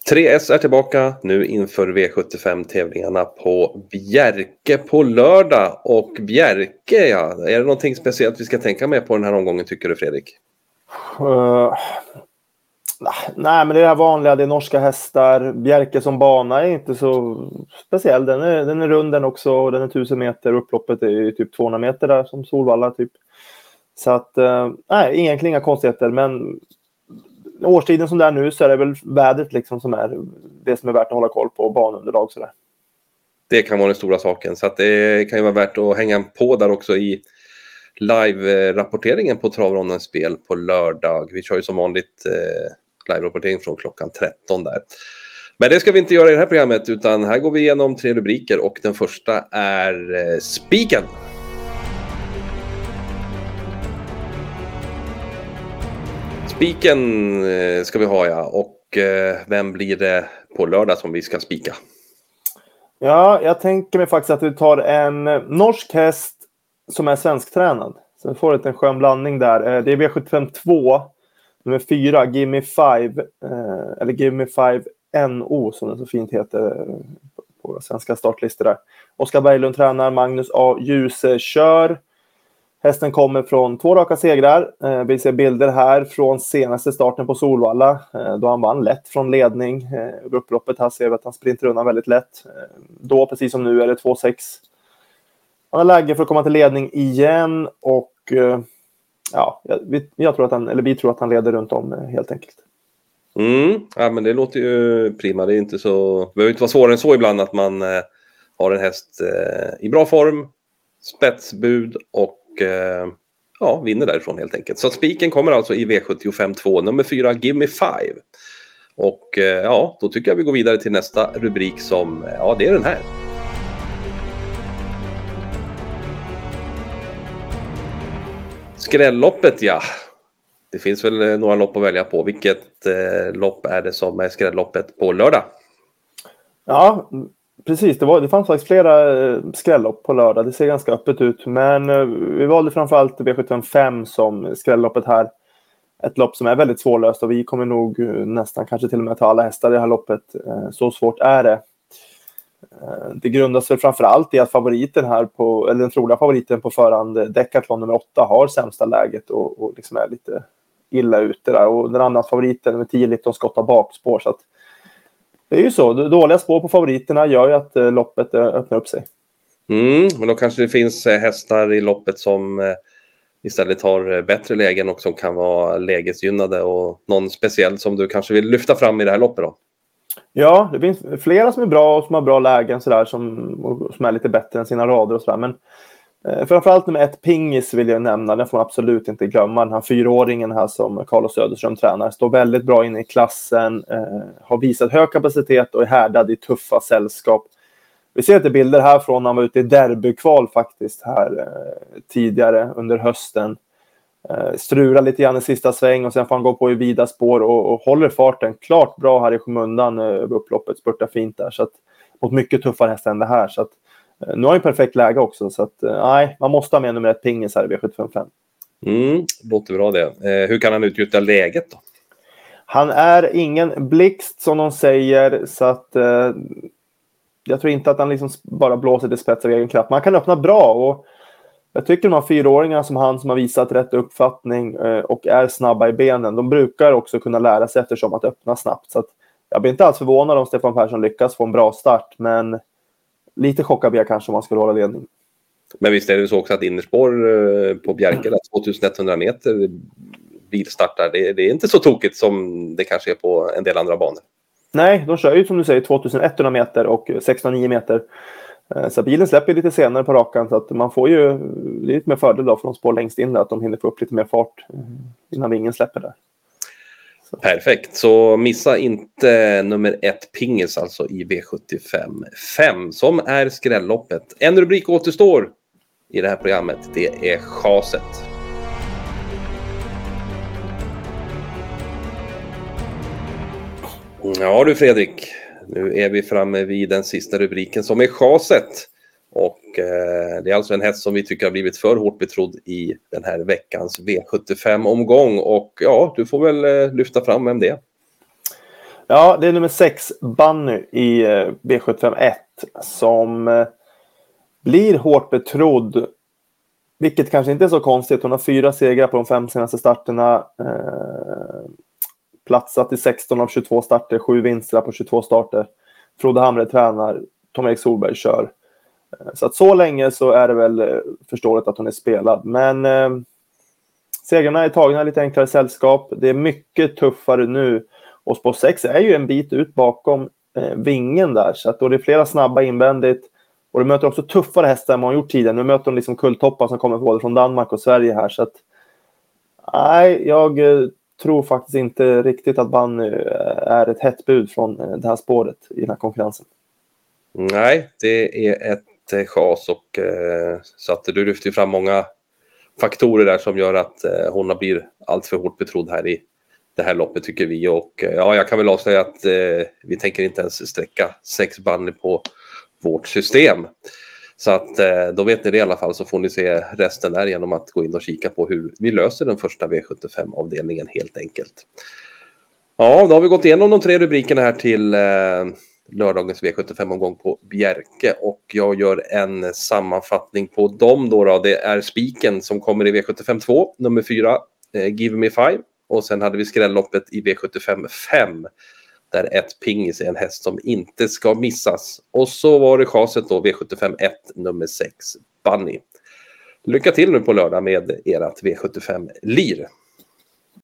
3S är tillbaka nu inför V75-tävlingarna på Bjerke på lördag. Och Bjerke, ja, är det någonting speciellt vi ska tänka med på den här omgången, tycker du, Fredrik? Nej, men det är det här vanliga, det är norska hästar. Bjerke som bana är inte så speciell. Den är rund den också, och den är 1000 meter. Upploppet är ju typ 200 meter där som Solvalla typ. Så att, nej, egentligen inga konstigheter, men årstiden som det är nu så är det väl vädret liksom som är det som är värt att hålla koll på, banunderlag sådär. Det kan vara den stora saken, så att det kan ju vara värt att hänga på där också i live-rapporteringen på Travrondens spel på lördag. Vi kör ju som vanligt live-rapportering från klockan 13 där. Men det ska vi inte göra i det här programmet, utan här går vi igenom 3 rubriker och den första är spiken. Spiken ska vi ha, ja. Och vem blir det på lördag som vi ska spika? Ja, jag tänker mig faktiskt att vi tar en norsk häst som är svensktränad. Så vi får en skön blandning där. Det är V75 nummer 4, Gimme 5. Eller Gimme 5 NO som det så fint heter på svenska startlistor där. Oskar Berglund tränar, Magnus A. Djuse kör. Hästen kommer från 2 raka segrar. Vi ser bilder här från senaste starten på Solvalla. Då han vann lätt från ledning. Upploppet här ser vi att han sprinter undan väldigt lätt. Då, precis som nu, är det 2-6. Han har läge för att komma till ledning igen. Och ja, vi tror att han leder runt om helt enkelt. Ja, men det låter ju prima. Det är inte så, det behöver inte vara svårare än så ibland att man har en häst i bra form, spetsbud och ja, vinner därifrån helt enkelt. Så spiken kommer alltså i V75-2, nummer 4, Gimme 5. Och ja, då tycker jag vi går vidare till nästa rubrik som, ja, det är den här. Skrälloppet, ja. Det finns väl några lopp att välja på. Vilket lopp är det som är skrälloppet på lördag? Ja, precis. Det fanns faktiskt flera skrällopp på lördag. Det ser ganska öppet ut. Men vi valde framförallt V75 som skrälloppet här. Ett lopp som är väldigt svårlöst, och vi kommer nog nästan kanske till och med ta alla hästar i det här loppet. Så svårt är det. Det grundas väl framförallt i att favoriten här eller den troliga favoriten på förhand, Decathlon nummer 8, har sämsta läget och liksom är lite illa ute där. Och den andra favoriten med 10 Lipton Scott har bakspår, så att det är ju så. Dåliga spår på favoriterna gör ju att loppet öppnar upp sig. Men då kanske det finns hästar i loppet som istället har bättre lägen och som kan vara lägesgynnade, och någon speciell som du kanske vill lyfta fram i det här loppet då? Ja, det finns flera som är bra och som har bra lägen sådär, som är lite bättre än sina rader och sådär. Men framförallt nummer 1, Pingis, vill jag nämna. Den får man absolut inte glömma. Den här 4-åringen här som Carlos Söderström tränar står väldigt bra inne i klassen. Har visat hög kapacitet och är härdad i tuffa sällskap. Vi ser lite bilder här från när han var ute i derbykval faktiskt här tidigare under hösten. Strular lite grann i sista sväng, och sen får han gå på i vida spår och håller farten klart bra här i skymundan över upploppet, spurtar fint där, så att mot mycket tuffare hästar än det här, så att nu har han ju perfekt läge också, så att nej, man måste ha med nummer 1, Pingis här i V75. Låter bra det. Hur kan han utnyttja läget då? Han är ingen blixt som de säger, så att jag tror inte att han liksom bara blåser till spets av egen kraft. Man kan öppna bra, och jag tycker de här 4-åringarna som han, som har visat rätt uppfattning och är snabba i benen, de brukar också kunna lära sig eftersom att öppna snabbt. Så att jag blir inte alls förvånad om Stefan Persson lyckas få en bra start, men lite chockad blir jag kanske om man skulle hålla ledning. Men visst är det så också att innerspår på Bjerke, 2100 meter bilstartar, det är inte så tokigt som det kanske är på en del andra banor. Nej, de kör ju som du säger 2100 meter och 609 meter. Så bilen släpper lite senare på rakan, så att man får ju lite mer fördel då från spår längst in där, att de hinner få upp lite mer fart innan vingen släpper där. Så. Perfekt, så missa inte nummer 1, Pingis alltså i V75-5 som är skrälloppet. En rubrik återstår i det här programmet, det är chaset. Ja du Fredrik, nu är vi framme vid den sista rubriken som är chaset. Och det är alltså en häst som vi tycker har blivit för hårt betrodd i den här veckans V75-omgång. Och ja, du får väl lyfta fram vem det är. Ja, det är nummer 6, Bunny i V751 som blir hårt betrodd. Vilket kanske inte är så konstigt. Hon har 4 segrar på de 5 senaste starterna. Platsat i 16 av 22 starter. 7 vinster på 22 starter. Frode Hamre tränar. Tom-Erik Solberg kör. Så att så länge så är det väl förståeligt att hon är spelad. Men segrarna är tagna i lite enklare sällskap. Det är mycket tuffare nu. Och spår 6 är ju en bit ut bakom vingen där. Så att då det är flera snabba invändigt. Och det möter också tuffare hästar än man har gjort tidigare. Nu möter de liksom kulltoppar som kommer både från Danmark och Sverige här. Så att nej, jag tror faktiskt inte riktigt att Bunny är ett hett bud från det här spåret i den här konkurrensen. Nej, det är ett chas och så att du lyfter fram många faktorer där som gör att hon blir allt för hårt betrodd här i det här loppet tycker vi. Och ja, jag kan väl avslöja att vi tänker inte ens sträcka 6 Bunny på vårt system. Så att då vet ni det i alla fall, så får ni se resten där genom att gå in och kika på hur vi löser den första V75-avdelningen helt enkelt. Ja, då har vi gått igenom de 3 rubrikerna här till lördagens V75-omgång på Bjerke och jag gör en sammanfattning på dem då. Det är spiken som kommer i V75 2, nummer 4, Give Me 5, och sen hade vi skrälloppet i V75 5 där ett pingis är en häst som inte ska missas. Och så var det chaset då V75 1, nummer 6, Bunny. Lycka till nu på lördag med ert V75 Lir.